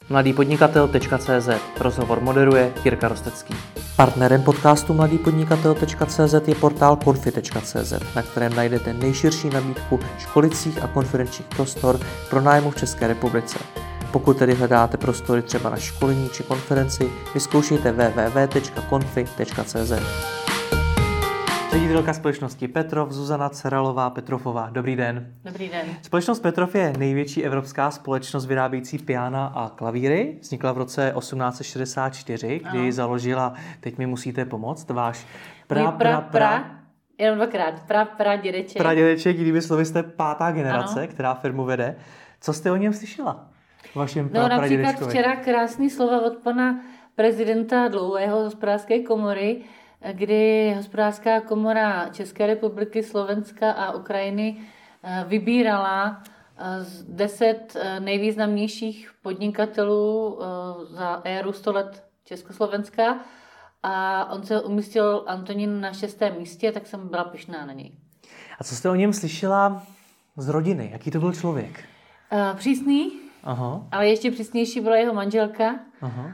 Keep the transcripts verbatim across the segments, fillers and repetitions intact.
mladý podnikatel tečka cé zet. Rozhovor moderuje Jirka Rostecký. Partnerem podcastu mladý podnikatel tečka cé zet je portál konfi tečka cé zet, na kterém najdete nejširší nabídku školicích a konferenčních prostor pro nájmu v České republice. Pokud tedy hledáte prostory třeba na školení či konferenci, vyzkoušejte w w w tečka konfi tečka cé zet. Ředitelka společnosti Petrov Zuzana Ceralová Petrofová. Dobrý den. Dobrý den. Společnost Petrov je největší evropská společnost vyrábějící piana a klavíry. Vznikla v roce osmnáct set šedesát čtyři, kdy ji založila, teď mi musíte pomoct, váš pra, pra, pra, pra, jenom dvakrát, pra, pra, dědeček. Pra, dědeček, jinými slovy jste pátá generace, ano. která firmu vede. Co jste o něm slyšela? Vašem pra, no pra, například dědečkovi? Včera krásný slova od pana prezidenta Dlouhého hospodářské komory, kdy hospodářská komora České republiky, Slovenska a Ukrajiny vybírala z deset nejvýznamnějších podnikatelů za éru sto let Československa a on se umístil Antonín na šestém místě, tak jsem byla pyšná na něj. A co jste o něm slyšela z rodiny? Jaký to byl člověk? Přísný, Aha. ale ještě přísnější byla jeho manželka. Aha.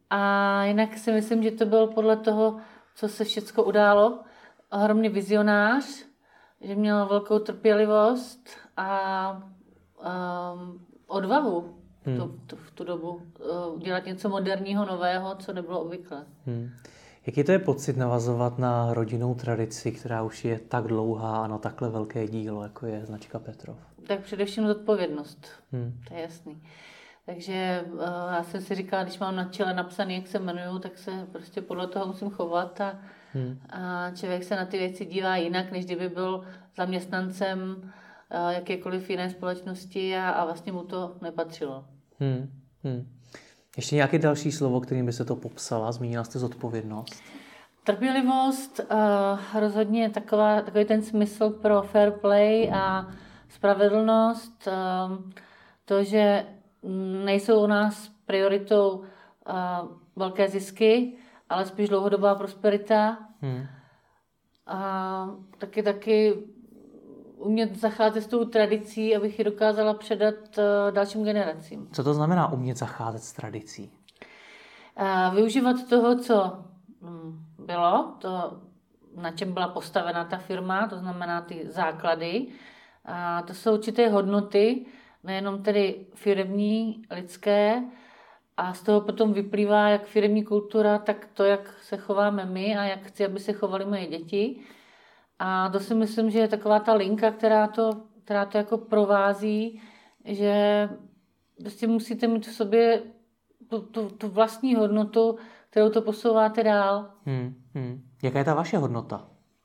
A jinak si myslím, že to byl podle toho, co se všechno událo, ohromný vizionář, že měl velkou trpělivost a um, odvahu hmm. tu, tu, v tu dobu uh, udělat něco moderního, nového, co nebylo obvyklé. Hmm. Jaký to je pocit navazovat na rodinnou tradici, která už je tak dlouhá a na takhle velké dílo, jako je značka Petrov? Tak především zodpovědnost, hmm. to je jasný. Takže uh, já jsem si říkala, když mám na čele napsaný, jak se jmenuju, tak se prostě podle toho musím chovat a, hmm. a člověk se na ty věci dívá jinak, než kdyby byl zaměstnancem uh, jakékoliv jiné společnosti a, a vlastně mu to nepatřilo. Hmm. Hmm. Ještě nějaké další slovo, kterým by se to popsala? Zmínila jste zodpovědnost. Trpělivost, uh, rozhodně taková, takový ten smysl pro fair play a spravedlnost, uh, to, že nejsou u nás prioritou uh, velké zisky, ale spíš dlouhodobá prosperita. Hmm. A taky taky umět zacházet s tou tradicí, abych ji dokázala předat uh, dalším generacím. Co to znamená umět zacházet s tradicí? Uh, využívat toho, co um, bylo, to, na čem byla postavena ta firma, to znamená ty základy. A to jsou určité hodnoty, nejenom tedy firemní, lidské, a z toho potom vyplývá jak firemní kultura, tak to, jak se chováme my a jak chci, aby se chovaly moje děti. A to si myslím, že je taková ta linka, která to, která to jako provází, že prostě musíte mít v sobě tu, tu, tu vlastní hodnotu, kterou to posouváte dál. Hmm, hmm. Jaká je ta vaše hodnota?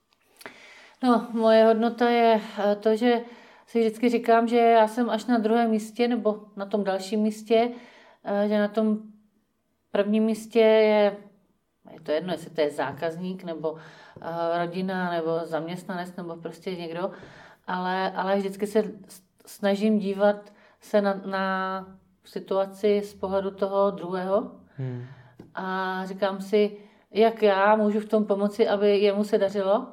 No, moje hodnota je to, že si vždycky říkám, že já jsem až na druhém místě nebo na tom dalším místě, že na tom prvním místě je, je to jedno, jestli to je zákazník nebo rodina nebo zaměstnanec nebo prostě někdo, ale, ale vždycky se snažím dívat se na, na situaci z pohledu toho druhého hmm. a říkám si, jak já můžu v tom pomoci, aby jemu se dařilo.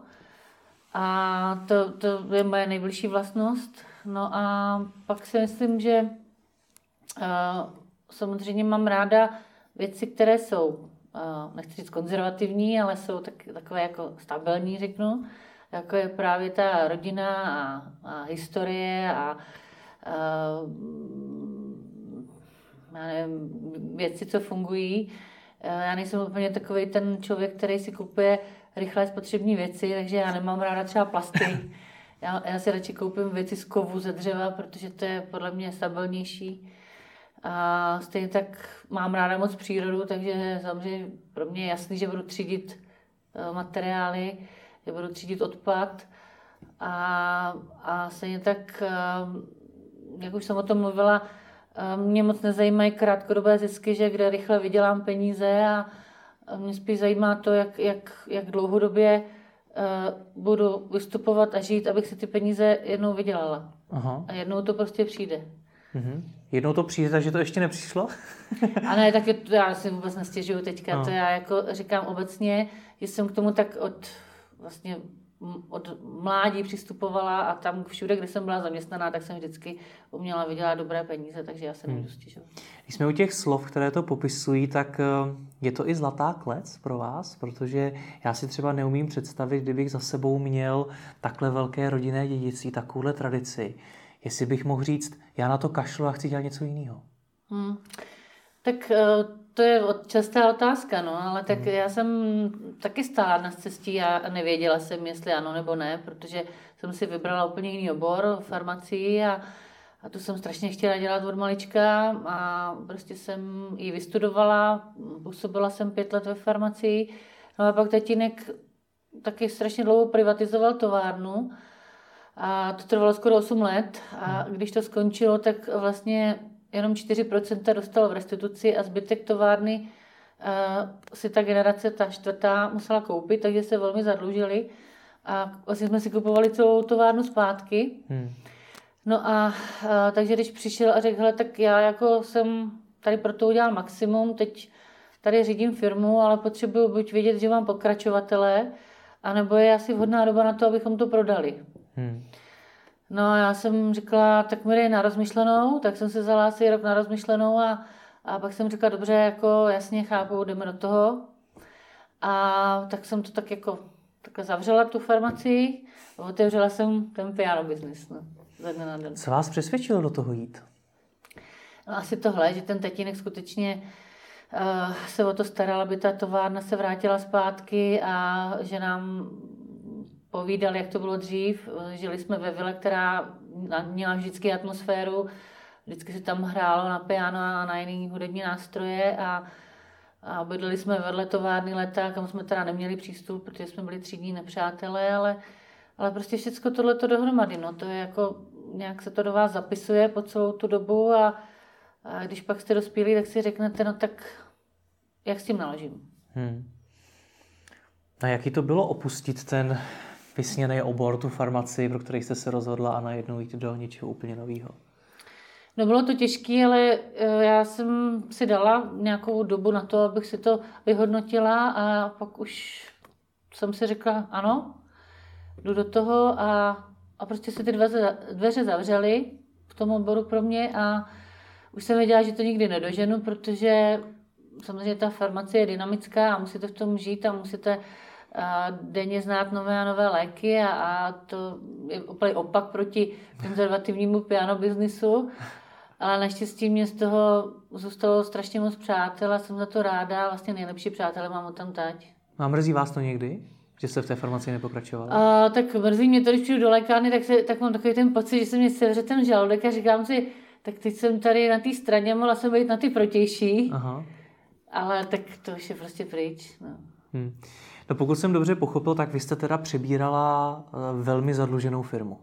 A to, to je moje nejbližší vlastnost. No a pak si myslím, že uh, samozřejmě mám ráda věci, které jsou, uh, nechci říct konzervativní, ale jsou tak, takové jako stabilní, řeknu. Jako je právě ta rodina a, a historie a uh, já nevím, věci, co fungují. Uh, já nejsem úplně takový ten člověk, který si kupuje rychlé spotřební věci, takže já nemám ráda třeba plasty. Já, já si radši koupím věci z kovu, ze dřeva, protože to je podle mě stabilnější. A stejně tak mám ráda moc přírodu, takže samozřejmě pro mě je jasný, že budu třídit materiály, že budu třídit odpad. A, a stejně tak, jak už jsem o tom mluvila, mě moc nezajímají krátkodobé zisky, že kde rychle vydělám peníze a mě spíš zajímá to, jak, jak, jak dlouhodobě uh, budu vystupovat a žít, abych si ty peníze jednou vydělala. Aha. A jednou to prostě přijde. Mhm. Jednou to přijde, takže to ještě nepřišlo? A ne, tak je, já si vůbec nestěžuju teďka. No. To já jako říkám obecně, že jsem k tomu tak od vlastně od mládí přistupovala a tam všude, kde jsem byla zaměstnaná, tak jsem vždycky uměla vydělat dobré peníze, takže já se nemůžu hmm. stěžovat. Když jsme u těch slov, které to popisují, tak je to i zlatá klec pro vás, protože já si třeba neumím představit, kdybych za sebou měl takhle velké rodinné dědictví, takovouhle tradici. Jestli bych mohl říct, já na to kašlu a chci dělat něco jiného. Hmm. Tak to je častá otázka, no, ale tak hmm. já jsem taky stála na cestí a nevěděla jsem, jestli ano nebo ne, protože jsem si vybrala úplně jiný obor, farmacii a, a tu jsem strašně chtěla dělat od malička a prostě jsem ji vystudovala, působila jsem pět let ve farmacii, no a pak tatínek taky strašně dlouho privatizoval továrnu a to trvalo skoro osm let a když to skončilo, tak vlastně jenom čtyři procenta dostalo v restituci a zbytek továrny uh, si ta generace, ta čtvrtá, musela koupit, takže se velmi zadlužili a vlastně jsme si kupovali celou továrnu zpátky. Hmm. No a uh, takže když přišel a řekl, hele, tak já jako jsem tady pro to udělal maximum, teď tady řídím firmu, ale potřebuju buď vědět, že mám pokračovatele, anebo je asi vhodná doba na to, abychom to prodali. Hmm. No a já jsem říkala, tak mi dej na rozmyšlenou, tak jsem se vzala asi rok na rozmyšlenou a, a pak jsem říkala, dobře, jako jasně chápu, jdeme do toho. A tak jsem to tak jako takhle zavřela tu farmacii a otevřela jsem ten piano business, no, ze dne na den. Co vás přesvědčilo do toho jít? No asi tohle, že ten tatínek skutečně uh, se o to staral, aby ta továrna se vrátila zpátky a že nám povídal, jak to bylo dřív. Žili jsme ve vile, která měla vždycky atmosféru. Vždycky se tam hrálo na piano a na jiný hudební nástroje a, a bydleli jsme vedle továrny Leta, kam jsme teda neměli přístup, protože jsme byli třídní nepřátelé, ale, ale prostě všechno tohleto dohromady. No, to je jako, nějak se to do vás zapisuje po celou tu dobu a, a když pak jste dospělí, tak si řeknete, no tak jak s tím naložím. Hmm. A jaký to bylo opustit ten vysněný obor, tu farmacii, pro který jste se rozhodla a najednou jít do něčeho úplně nového? No bylo to těžké, ale já jsem si dala nějakou dobu na to, abych si to vyhodnotila a pak už jsem si řekla, ano, jdu do toho a, a prostě se ty dveře, dveře zavřely v tom oboru pro mě a už jsem věděla, že to nikdy nedoženu, protože samozřejmě ta farmacie je dynamická a musíte v tom žít a musíte a denně znát nové a nové léky a, a to je úplně opak proti konzervativnímu piano biznisu. Ale naštěstí mě z toho zůstalo strašně moc přátel a jsem za to ráda. Vlastně nejlepší přátelé mám tam teď. A mrzí vás to někdy, že jste v té farmacii nepokračovala? A, tak mrzí mě to, když přijdu do lékárny, tak, se, tak mám takový ten pocit, že se mě sevře ten žaludek a říkám si, tak teď jsem tady na té straně, mohla jsem být na ty protější. Aha. Ale tak to už je prostě pryč. No. Hmm. No pokud jsem dobře pochopil, tak vy jste teda přebírala velmi zadluženou firmu.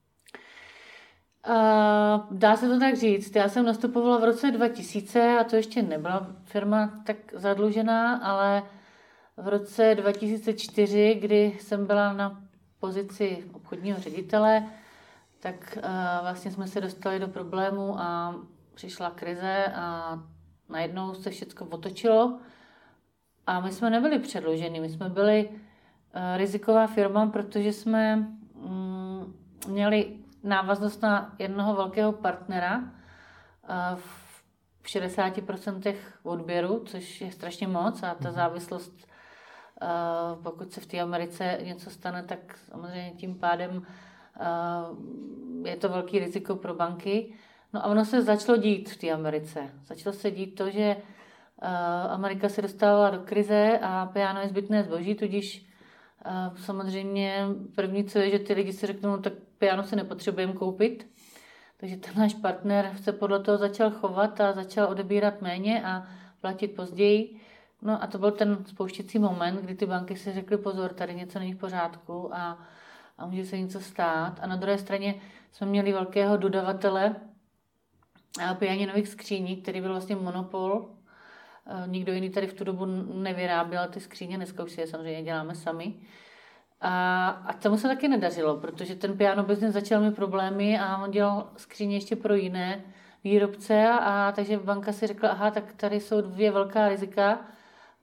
Uh, dá se to tak říct. Já jsem nastupovala v roce dva tisíce a to ještě nebyla firma tak zadlužená, ale v roce dva tisíce čtyři, kdy jsem byla na pozici obchodního ředitele, tak uh, vlastně jsme se dostali do problému a přišla krize a najednou se všechno otočilo. A my jsme nebyli předluženi, my jsme byli uh, riziková firma, protože jsme um, měli návaznost na jednoho velkého partnera uh, v šedesáti procentech odběru, což je strašně moc a ta závislost, uh, pokud se v té Americe něco stane, tak samozřejmě tím pádem uh, je to velký riziko pro banky. No a ono se začalo dít v té Americe. Začalo se dít to, že Amerika se dostávala do krize a piano je zbytné zboží, tudíž samozřejmě první, co je, že ty lidi si řeknou, no, tak piano si nepotřebujeme koupit. Takže ten náš partner se podle toho začal chovat a začal odebírat méně a platit později. No a to byl ten spouštěcí moment, kdy ty banky si řekly, pozor, tady něco není v pořádku a, a může se něco stát. A na druhé straně jsme měli velkého dodavatele pianinových skříní, který byl vlastně monopol. Nikdo jiný tady v tu dobu nevyráběl ty skříně, dneska už si je samozřejmě děláme sami. A, a tomu se taky nedařilo, protože ten piano business začal mít problémy a on dělal skříně ještě pro jiné výrobce a, a takže banka si řekla, aha, tak tady jsou dvě velká rizika,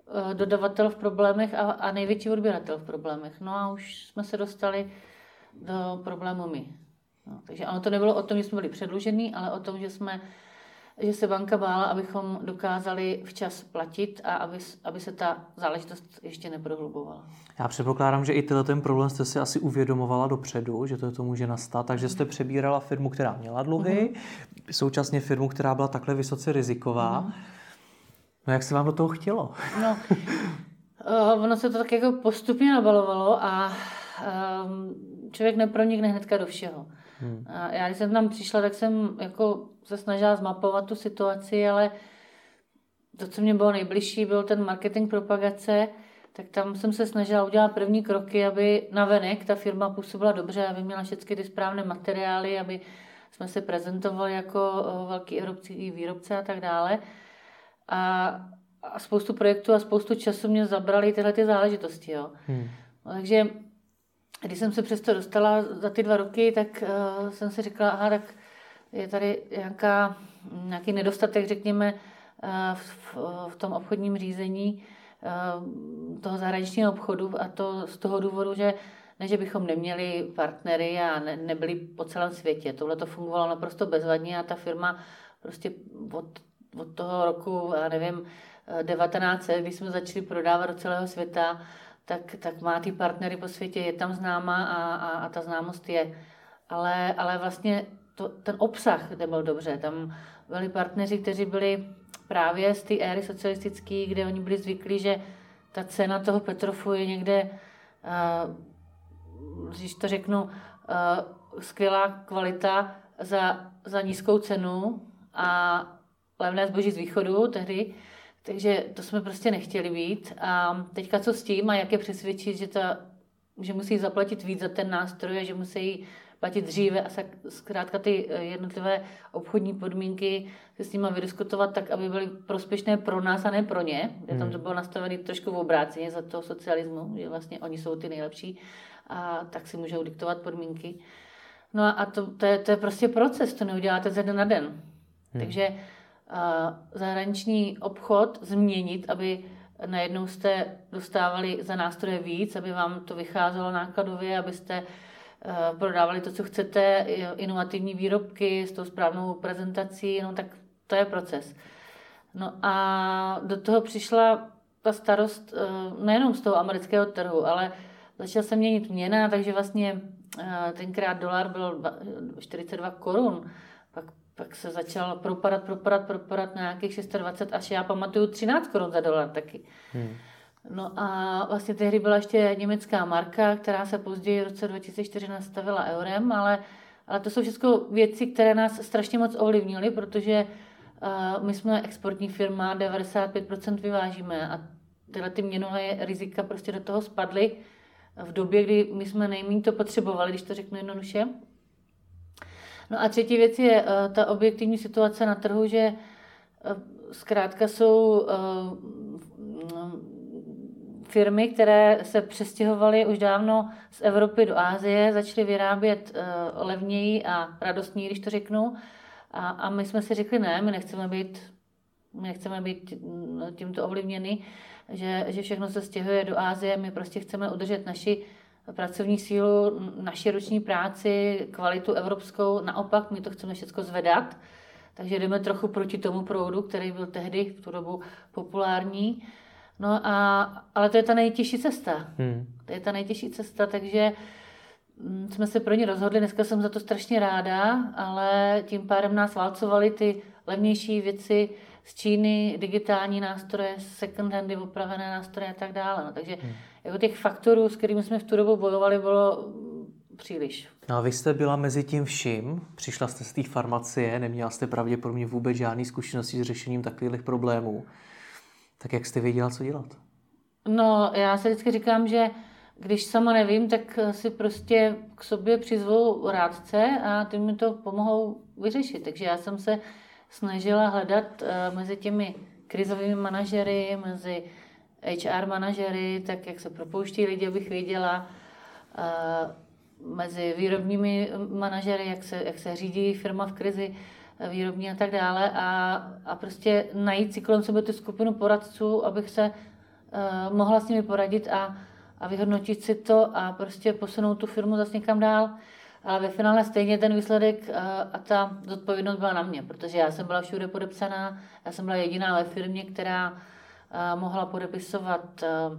dodavatel v problémech a, a největší odběratel v problémech. No a už jsme se dostali do problému my. No, takže ono to nebylo o tom, že jsme byli předlužení, ale o tom, že jsme že se banka bála, abychom dokázali včas platit a aby, aby se ta záležitost ještě neprohlubovala. Já předpokládám, že i tenhle ten problém jste si asi uvědomovala dopředu, že to, to může nastat, takže jste přebírala firmu, která měla dluhy, uh-huh. současně firmu, která byla takhle vysoce riziková. Uh-huh. No jak se vám do toho chtělo? No, uh, ono se to tak jako postupně nabalovalo a um, člověk nepronikne hnedka do všeho. Hmm. A já, když jsem tam přišla, tak jsem jako se snažila zmapovat tu situaci, ale to, co mě bylo nejbližší, byl ten marketing propagace, tak tam jsem se snažila udělat první kroky, aby navenek ta firma působila dobře, aby měla všechny ty správné materiály, aby jsme se prezentovali jako velký evropský výrobce a tak dále. A, a spoustu projektů a spoustu času mě zabrali tyhle ty záležitosti. Jo. Hmm. No, takže když jsem se přesto dostala za ty dva roky, tak uh, jsem si říkala, aha, tak je tady nějaká, nějaký nedostatek, řekněme, uh, v, v tom obchodním řízení uh, toho zahraničního obchodu a to z toho důvodu, že ne, že bychom neměli partnery a ne, nebyli po celém světě. Tohle to fungovalo naprosto bezvadně a ta firma prostě od, od toho roku, já nevím, devatenáct set, když jsme začali prodávat do celého světa, tak, tak má ty partnery po světě, je tam známa a, a, a ta známost je. Ale, ale vlastně to, ten obsah nebyl dobře. Tam byli partneři, kteří byli právě z té éry socialistické, kde oni byli zvyklí, že ta cena toho Petrofu je někde, uh, když to řeknu, uh, skvělá kvalita za, za nízkou cenu a levné zboží z východu tehdy. Takže to jsme prostě nechtěli být. A teďka co s tím a jak je přesvědčit, že, ta, že musí zaplatit víc za ten nástroj a že musí platit dříve a zkrátka ty jednotlivé obchodní podmínky se s nimi vydiskutovat tak, aby byly prospěšné pro nás a ne pro ně. Hmm. Tam to bylo nastavené trošku v obráceně za toho socialismu, že vlastně oni jsou ty nejlepší a tak si můžou diktovat podmínky. No a to, to, je, to je prostě proces, to neuděláte ze dne na den. Hmm. Takže a zahraniční obchod změnit, aby najednou jste dostávali za nástroje víc, aby vám to vycházelo nákladově, abyste prodávali to, co chcete, inovativní výrobky s tou správnou prezentací, no tak to je proces. No a do toho přišla ta starost nejenom z toho amerického trhu, ale začala se měnit měna, takže vlastně tenkrát dolar byl čtyřicet dva korun, pak pak se začal propadat, propadat, propadat na nějakých dvacet šest až já pamatuju třináct korun za dolar taky. Hmm. No a vlastně tehdy byla ještě německá marka, která se později v roce dva tisíce čtyři nastavila eurem, ale, ale to jsou všechno věci, které nás strašně moc ovlivnily, protože uh, my jsme exportní firma, devadesát pět procent vyvážíme a tyhle ty měnové rizika prostě do toho spadly v době, kdy my jsme nejméně to potřebovali, když to řeknu jednoduše. No a třetí věc je uh, ta objektivní situace na trhu, že uh, zkrátka jsou uh, firmy, které se přestěhovaly už dávno z Evropy do Asie, začaly vyrábět uh, levněji a radostněji, když to řeknu. A, a my jsme si řekli, ne, my nechceme být, my nechceme být tímto ovlivněni, že, že všechno se stěhuje do Asie, my prostě chceme udržet naši pracovní sílu, naši ruční práci, kvalitu evropskou, naopak my to chceme všechno zvedat, takže jdeme trochu proti tomu proudu, který byl tehdy v tu dobu populární. No a, ale to je ta nejtěžší cesta. Hmm. To je ta nejtěžší cesta, takže jsme se pro ně rozhodli, dneska jsem za to strašně ráda, ale tím pádem nás válcovaly ty levnější věci z Číny, digitální nástroje, second handy, opravené nástroje a tak dále. No, takže hmm. jako těch faktorů, s kterými jsme v tu dobu bojovali, bylo příliš. No a vy jste byla mezi tím vším, přišla jste z té farmacie, neměla jste pravděpodobně vůbec žádné zkušenosti s řešením takových problémů. Tak jak jste věděla, co dělat? No, já se vždycky říkám, že když sama nevím, tak si prostě k sobě přizvou rádce a ty mi to pomohou vyřešit. Takže já jsem se snažila hledat uh, mezi těmi krizovými manažery, mezi H R manažery, tak jak se propouští lidi, abych věděla, uh, mezi výrobními manažery, jak se, jak se řídí firma v krizi, výrobní a tak dále a, a prostě najít si kolem sebe tu skupinu poradců, abych se uh, mohla s nimi poradit a, a vyhodnotit si to a prostě posunout tu firmu zase někam dál. Ale ve finále stejně ten výsledek uh, a ta zodpovědnost byla na mě, protože já jsem byla všude podepsaná, já jsem byla jediná ve firmě, která uh, mohla podepisovat uh,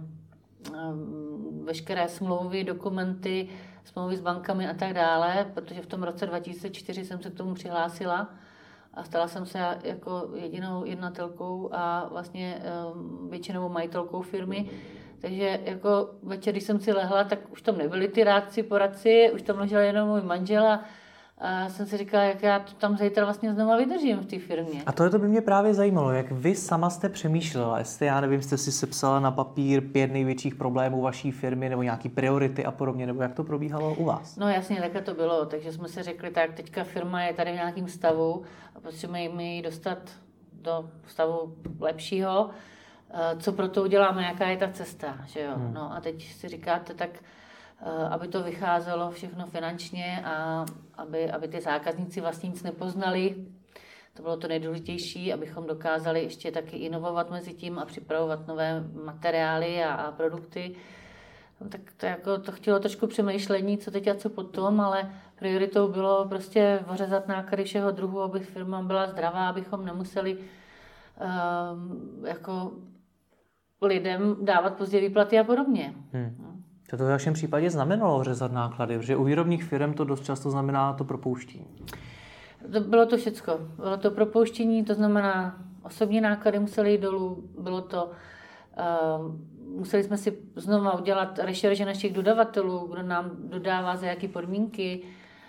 uh, veškeré smlouvy, dokumenty, smlouvy s bankami a tak dále, protože v tom roce dva tisíce čtyři jsem se k tomu přihlásila a stala jsem se jako jedinou jednatelkou a vlastně um, většinou majitelkou firmy. Takže jako večer, když jsem si lehla, tak už tam nebyli ty rádci, poradci, už tam ležel jenom můj manžel a, a jsem si říkala, jak já to tam zítra vlastně znova vydržím v té firmě. A to, je to by mě právě zajímalo, jak vy sama jste přemýšlela, jestli, já nevím, jste si sepsala na papír pět největších problémů vaší firmy nebo nějaký priority a podobně, nebo jak to probíhalo u vás? No jasně, takhle to bylo, takže jsme si řekli, tak teďka firma je tady v nějakém stavu a potřebujeme ji dostat do stavu lepšího. Co pro to uděláme, jaká je ta cesta, že jo? Hmm. No a teď si říkáte, tak aby to vycházelo všechno finančně a aby, aby ty zákazníci vlastně nic nepoznali. To bylo to nejdůležitější, abychom dokázali ještě taky inovovat mezi tím a připravovat nové materiály a, a produkty. No, tak to, jako, to chtělo trošku přemýšlení, co teď a co potom, ale prioritou bylo prostě ořezat náklady všeho druhu, aby firma byla zdravá, abychom nemuseli um, jako lidem dávat pozdě výplaty a podobně. Hmm. Co to v vašem případě znamenalo řezat náklady? Protože u výrobních firm to dost často znamená to propouštění. To bylo to všecko. Bylo to propouštění, to znamená osobní náklady musely jít dolů, bylo to, uh, museli jsme si znova udělat rešerže našich dodavatelů, kdo nám dodává za jaké podmínky.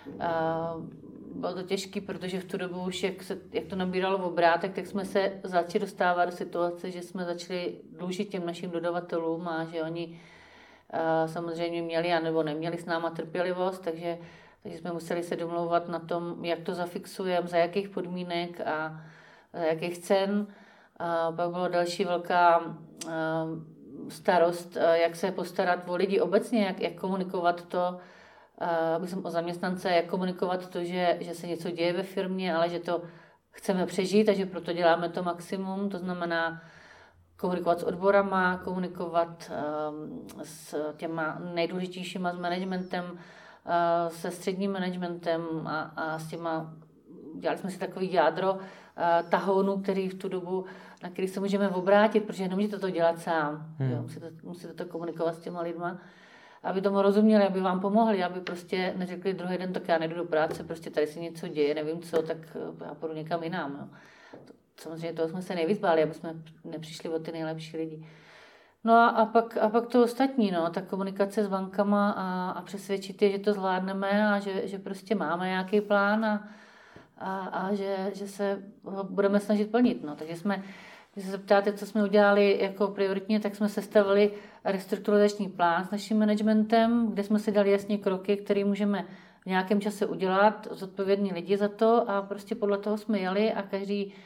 Uh, bylo to těžké, protože v tu dobu už, jak, se, jak to nabíralo v obrátek, tak jsme se začali dostávat do situace, že jsme začali dlužit těm našim dodavatelům a že oni uh, samozřejmě měli anebo neměli s náma trpělivost, takže, takže jsme museli se domlouvat na tom, jak to zafixujeme, za jakých podmínek a za jakých cen. Uh, pak byla další velká uh, starost, uh, jak se postarat o lidi obecně, jak, jak komunikovat to, aby jsem o zaměstnance, jak komunikovat to, že, že se něco děje ve firmě, ale že to chceme přežít a že proto děláme to maximum. To znamená komunikovat s odborama, komunikovat um, s těma nejdůležitějšíma, s managementem, uh, se středním managementem a, a s těma, dělali jsme si takový jádro uh, tahounů, který v tu dobu, na který se můžeme obrátit, protože nemůžete to dělat sám. Hmm. Jo, musíte, musíte to komunikovat s těma lidma, aby tomu rozuměli, aby vám pomohli, aby prostě neřekli druhý den, tak já nejdu do práce, prostě tady se něco děje, nevím co, tak já půjdu někam jinam. No. Samozřejmě toho jsme se nejvíc báli, aby jsme nepřišli o ty nejlepší lidi. No a, a, pak, a pak to ostatní, no, ta komunikace s bankama a, a přesvědčit je, že to zvládneme a že, že prostě máme nějaký plán a, a, a že, že se ho budeme snažit plnit. No. Takže jsme, když se ptáte, co jsme udělali jako prioritně, tak jsme sestavili restrukturalizační plán s naším managementem, kde jsme si dali jasně kroky, které můžeme v nějakém čase udělat, zodpovědní lidi za to a prostě podle toho jsme jeli a každý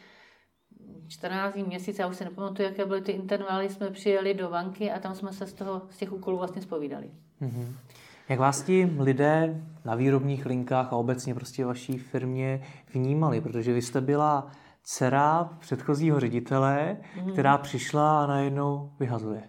čtrnáct měsíc, já už si nepamatuju, jaké byly ty intervaly, jsme přijeli do banky a tam jsme se z toho, z těch úkolů vlastně zpovídali. Mm-hmm. Jak vás ti lidé na výrobních linkách a obecně prostě vaší firmě vnímali? Protože vy jste byla dcera předchozího ředitele, mm-hmm. která přišla a najednou vyhazuje.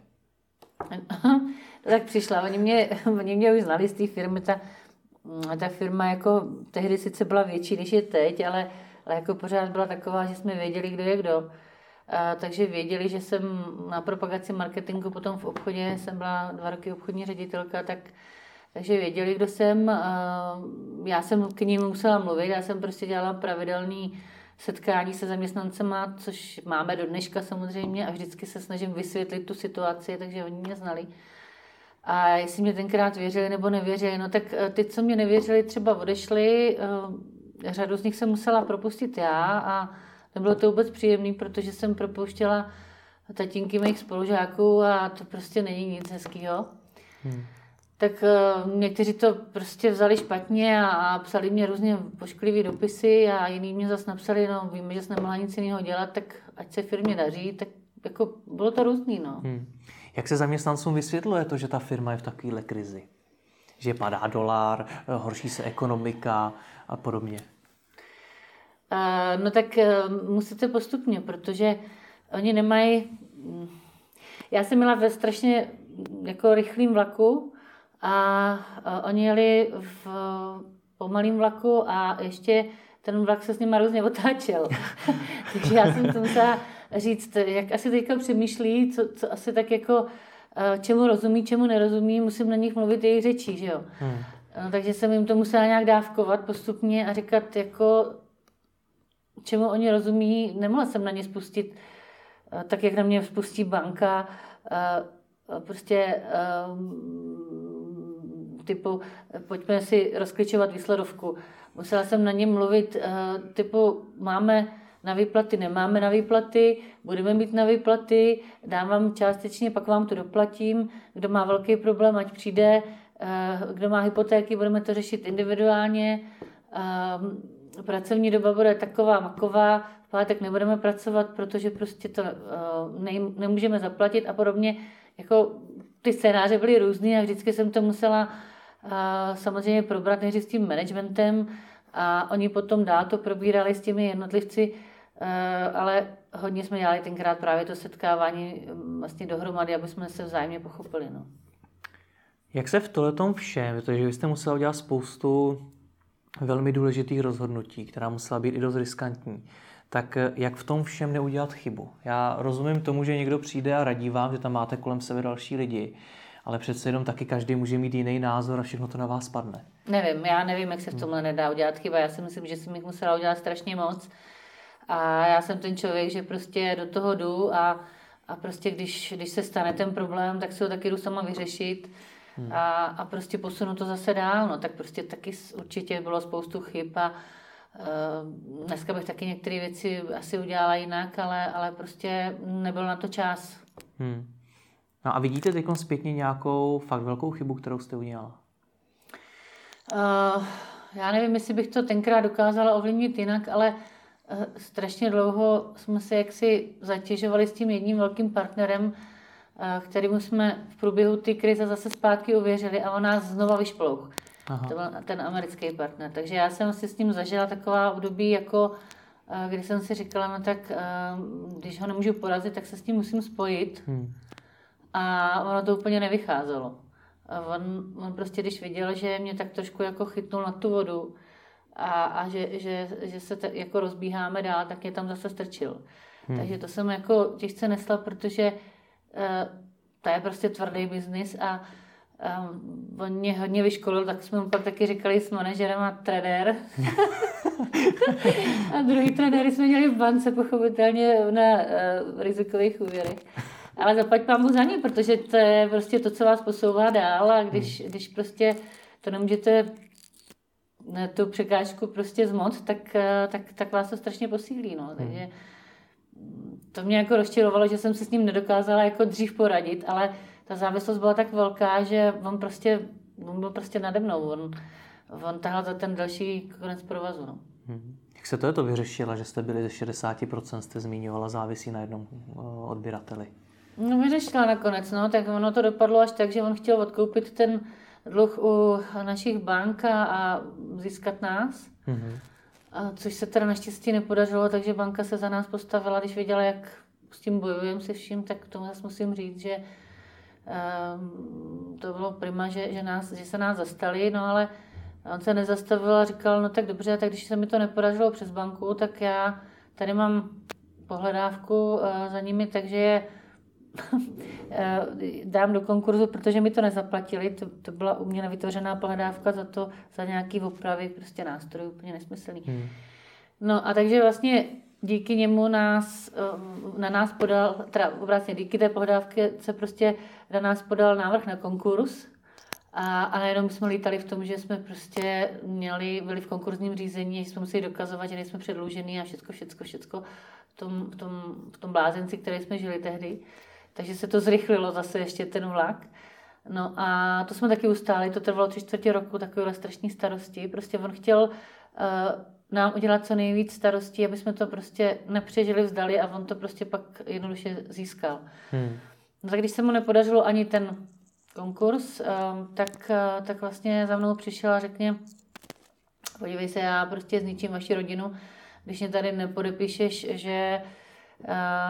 Tak přišla. Oni mě, oni mě už znali z té firmy. Ta, ta firma jako tehdy sice byla větší, než je teď, ale, ale jako pořád byla taková, že jsme věděli, kdo je kdo. A, takže věděli, že jsem na propagaci marketingu, potom v obchodě jsem byla dva roky obchodní ředitelka, tak, takže věděli, kdo jsem. A já jsem k ním musela mluvit, já jsem prostě dělala pravidelný setkání se zaměstnancema, což máme do dneška samozřejmě a vždycky se snažím vysvětlit tu situaci, takže oni mě znali. A jestli mě tenkrát věřili nebo nevěřili, no tak ty, co mě nevěřili, třeba odešli, řadu z nich jsem musela propustit já a nebylo to vůbec příjemné, protože jsem propouštěla tatínky mých spolužáků a to prostě není nic hezkýho. Hmm. Tak uh, někteří to prostě vzali špatně a, a psali mě různě pošklivé dopisy a jiní mě zase napsali, no víme, že jsi nemohla nic jiného dělat, tak ať se firmě daří, tak jako bylo to různý, no. Hmm. Jak se zaměstnancům vysvětluje to, že ta firma je v takovéhle krizi? Že padá dolar, horší se ekonomika a podobně? Uh, no tak uh, musíte postupně, protože oni nemají... já jsem měla ve strašně jako rychlým vlaku a, a oni jeli v pomalým vlaku a ještě ten vlak se s nima různě otáčel. Takže já jsem to musela říct, jak asi teďka přemýšlí, co, co asi tak jako, čemu rozumí, čemu nerozumí, musím na nich mluvit jejich řečí, že jo. Hmm. No, takže jsem jim to musela nějak dávkovat postupně a říkat, jako, čemu oni rozumí, nemohla jsem na ně spustit, tak jak na mě spustí banka, prostě typu, pojďme si rozklíčovat výsledovku. Musela jsem na ně mluvit typu, máme na výplaty, nemáme na výplaty, budeme mít na výplaty, dám vám částečně, pak vám to doplatím, kdo má velký problém, ať přijde, kdo má hypotéky, budeme to řešit individuálně, pracovní doba bude taková maková, v pátek nebudeme pracovat, protože prostě to nemůžeme zaplatit a podobně. Jako ty scénáře byly různý a vždycky jsem to musela samozřejmě probrat nejdřív s tím managementem a oni potom dál to probírali s těmi jednotlivci, ale hodně jsme dělali tenkrát právě to setkávání vlastně dohromady, aby jsme se vzájemně pochopili. No. Jak se v tohletom všem, protože vy jste musela udělat spoustu velmi důležitých rozhodnutí, která musela být i dost riskantní, tak jak v tom všem neudělat chybu? Já rozumím tomu, že někdo přijde a radí vám, že tam máte kolem sebe další lidi, ale přece jenom taky každý může mít jiný názor a všechno to na vás spadne. Nevím, já nevím, jak se v tomhle nedá udělat chyba. Já si myslím, že jsem jich musela udělat strašně moc. A já jsem ten člověk, že prostě do toho jdu a, a prostě když, když se stane ten problém, tak si ho taky jdu sama vyřešit hmm. a, a prostě posunu to zase dál. No, tak prostě taky určitě bylo spoustu chyb a uh, dneska bych taky některé věci asi udělala jinak, ale, ale prostě nebyl na to čas. Hmm. No a vidíte teď zpětně nějakou fakt velkou chybu, kterou jste udělala? Uh, já nevím, jestli bych to tenkrát dokázala ovlivnit jinak, ale uh, strašně dlouho jsme se jaksi zatěžovali s tím jedním velkým partnerem, uh, kterému jsme v průběhu ty krize zase zpátky uvěřili a on nás znova vyšplouch. To byl ten americký partner. Takže já jsem si s ním zažila taková období, jako uh, kdy jsem si říkala, no tak uh, když ho nemůžu porazit, tak se s ním musím spojit. Hmm. A ono to úplně nevycházelo. A on, on prostě, když viděl, že mě tak trošku jako chytnul na tu vodu a, a že, že, že se tak jako rozbíháme dál, tak mě tam zase strčil. Hmm. Takže to jsem jako těžce nesla, protože uh, to je prostě tvrdý biznis a um, on mě hodně vyškolil, tak jsme mu pak taky říkali s manažerem a trenér. A druhý trenéry jsme měli v bance, pochopitelně na uh, rizikových úvěrech. Ale zaplať pámu za ně, protože to je prostě to, co vás posouvá dál a když, hmm. když prostě to nemůžete tu překážku prostě zmoct, tak, tak, tak vás to strašně posílí. No. Takže to mě jako rozčilovalo, že jsem se s ním nedokázala jako dřív poradit, ale ta závislost byla tak velká, že on prostě on byl prostě nade mnou. On, on tahal za ten další konec provazu. No. Hmm. Jak se to je to vyřešila, že jste byli ze šedesát procent, jste zmiňovala, závisí na jednom odběrateli? No vyřešila nakonec, no, tak ono to dopadlo až tak, že on chtěl odkoupit ten dluh u našich bank a získat nás, mm-hmm. a což se teda naštěstí nepodařilo, takže banka se za nás postavila, když viděla, jak s tím bojujeme se vším, tak tomu zase musím říct, že um, to bylo prima, že, že, nás, že se nás zastali, no ale on se nezastavil a říkal, no tak dobře, tak když se mi to nepodařilo přes banku, tak já tady mám pohledávku uh, za nimi, takže je dám do konkurzu, protože mi to nezaplatili. To, to byla uměle vytvořená pohledávka za to, za nějaký opravy prostě nástrojů, úplně nesmyslný. Hmm. No a takže vlastně díky němu nás, na nás podal, teda obráceně díky té pohledávky se prostě na nás podal návrh na konkurs a, a najednou jsme lítali v tom, že jsme prostě měli, byli v konkurzním řízení, že jsme museli dokazovat, že nejsme předlužený a všecko, všecko, všecko v tom, v tom, v tom blázenci, který jsme žili tehdy. Takže se to zrychlilo zase ještě ten vlak. No a to jsme taky ustáli, to trvalo tři čtvrtě roku, takovéhle strašné starosti. Prostě on chtěl uh, nám udělat co nejvíc starostí, aby jsme to prostě nepřežili, vzdali a on to prostě pak jednoduše získal. Hmm. No tak když se mu nepodařilo ani ten konkurs, uh, tak, uh, tak vlastně za mnou přišel a řekně, podívej se, já prostě zničím vaši rodinu, když mě tady nepodepíšeš, že uh,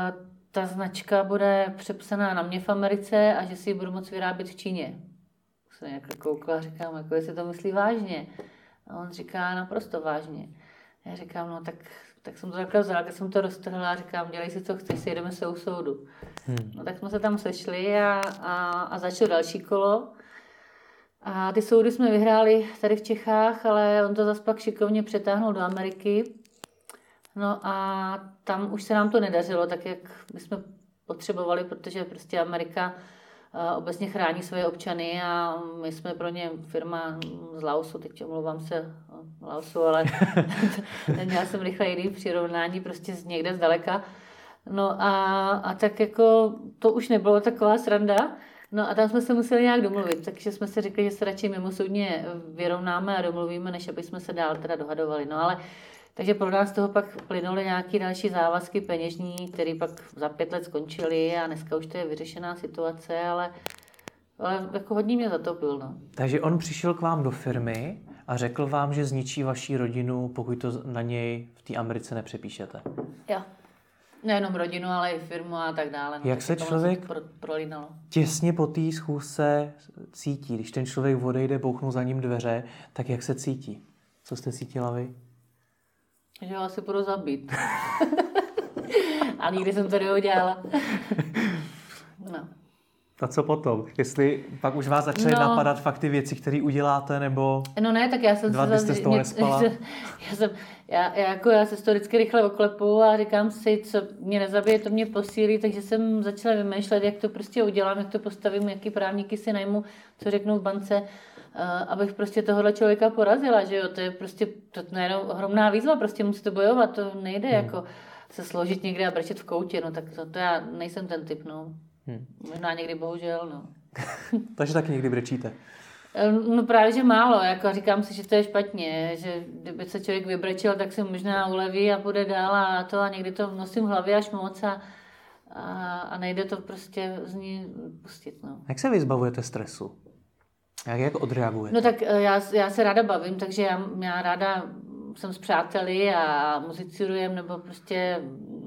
ta značka bude přepsaná na mě v Americe a že si ji budu moct vyrábět v Číně. Se nějak koukla a říkám, jako jestli to myslí vážně. A on říká naprosto vážně. Já říkám, no tak, tak jsem to takhle vzala, když jsem to roztrhla a říkám, dělej si, co chceš, sejdeme se u soudu. Hmm. No tak jsme se tam sešli a, a, a začalo další kolo. A ty soudy jsme vyhráli tady v Čechách, ale on to zase pak šikovně přetáhnul do Ameriky. No a tam už se nám to nedařilo, tak jak my jsme potřebovali, protože prostě Amerika obecně chrání svoje občany a my jsme pro ně firma z Laosu, teď omlouvám se Laosu, ale neměla jsem rychle jiný přirovnání prostě z někde zdaleka. No a, a tak jako to už nebylo taková sranda. No a tam jsme se museli nějak domluvit, takže jsme si řekli, že se radši mimosoudně vyrovnáme a domluvíme, než aby jsme se dál teda dohadovali. No ale takže pro nás toho pak plynuly nějaké další závazky peněžní, které pak za pět let skončily a dneska už to je vyřešená situace, ale, ale jako hodně mě zatopil. No. Takže on přišel k vám do firmy a řekl vám, že zničí vaši rodinu, pokud to na něj v té Americe nepřepíšete. Jo. Nejenom rodinu, ale i firmu a tak dále. No, jak se člověk pro, prolínalo. Těsně po té schůzce cítí? Když ten člověk odejde, bouchnou za ním dveře, tak jak se cítí? Co jste cítila vy? Že ho asi budu zabít. A nikdy jsem to neudělala. No. A co potom? Jestli pak už vás začaly no. napadat fakt ty věci, které uděláte, nebo no ne, tak já jsem dva dny jste z toho nespala? Já, jsem, já, já, jako, já se z toho vždycky rychle oklepu a říkám si, co mě nezabije, to mě posílí, takže jsem začala vymýšlet, jak to prostě udělám, jak to postavím, jaký právníky si najmu, co řeknou v bance, uh, abych prostě tohohle člověka porazila, že jo, to je prostě to je ohromná výzva, prostě musíte bojovat, to nejde hmm. jako se složit někde a brečet v koutě, no tak to, to já nejsem ten typ, no. Hmm. Možná někdy bohužel, no. Takže taky někdy brečíte? No právě, že málo, jako říkám si, že to je špatně, že kdyby se člověk vybrečil, tak se možná uleví a půjde dál a to a někdy to nosím v hlavě až moc a, a, a nejde to prostě z ní pustit, no. Jak se vy zbavujete stresu? Jak, jak odreagujete? No tak já, já se ráda bavím, takže já, já ráda jsem s přáteli a muzicírujeme nebo prostě,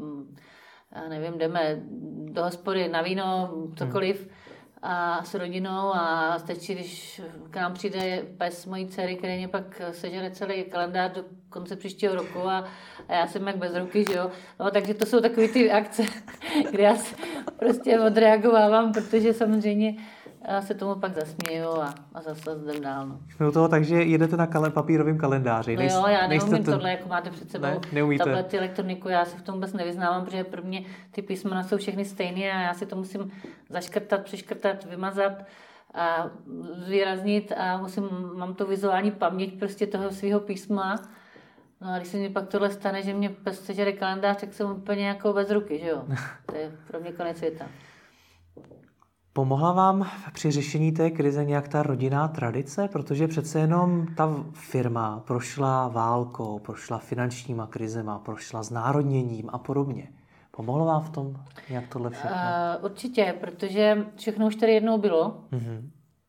já nevím, jdeme do hospody na víno, cokoliv. Hmm. A s rodinou a stačí, když k nám přijde pes mojí dcery, který mě pak sežere celý kalendář do konce příštího roku a, a já jsem jak bez ruky, že jo. No, takže to jsou takové ty akce, kde já prostě odreagovávám, protože samozřejmě se tomu pak zasměju a, a zase jdem dál. No. No toho, takže jedete na kal- papírovém kalendáři. No jo, já neumím ten... tohle, jako máte před sebou ne, neumíte. tablety, elektroniku, já se v tom vůbec nevyznávám, protože pro mě ty písmena jsou všechny stejné a já si to musím zaškrtat, přeškrtat, vymazat a zvýraznit a musím, mám tu vizuální paměť prostě toho svého písma. No a když se mi pak tohle stane, že mě pes sežere kalendář, tak jsem úplně jako bez ruky, že jo. To je pro mě konec světa. Pomohla vám při řešení té krize nějak ta rodinná tradice? Protože přece jenom ta firma prošla válkou, prošla finančníma krizema, prošla znárodněním a podobně. Pomohlo vám v tom nějak tohle všechno? Uh, určitě, protože všechno už tady jednou bylo. Mm-hmm.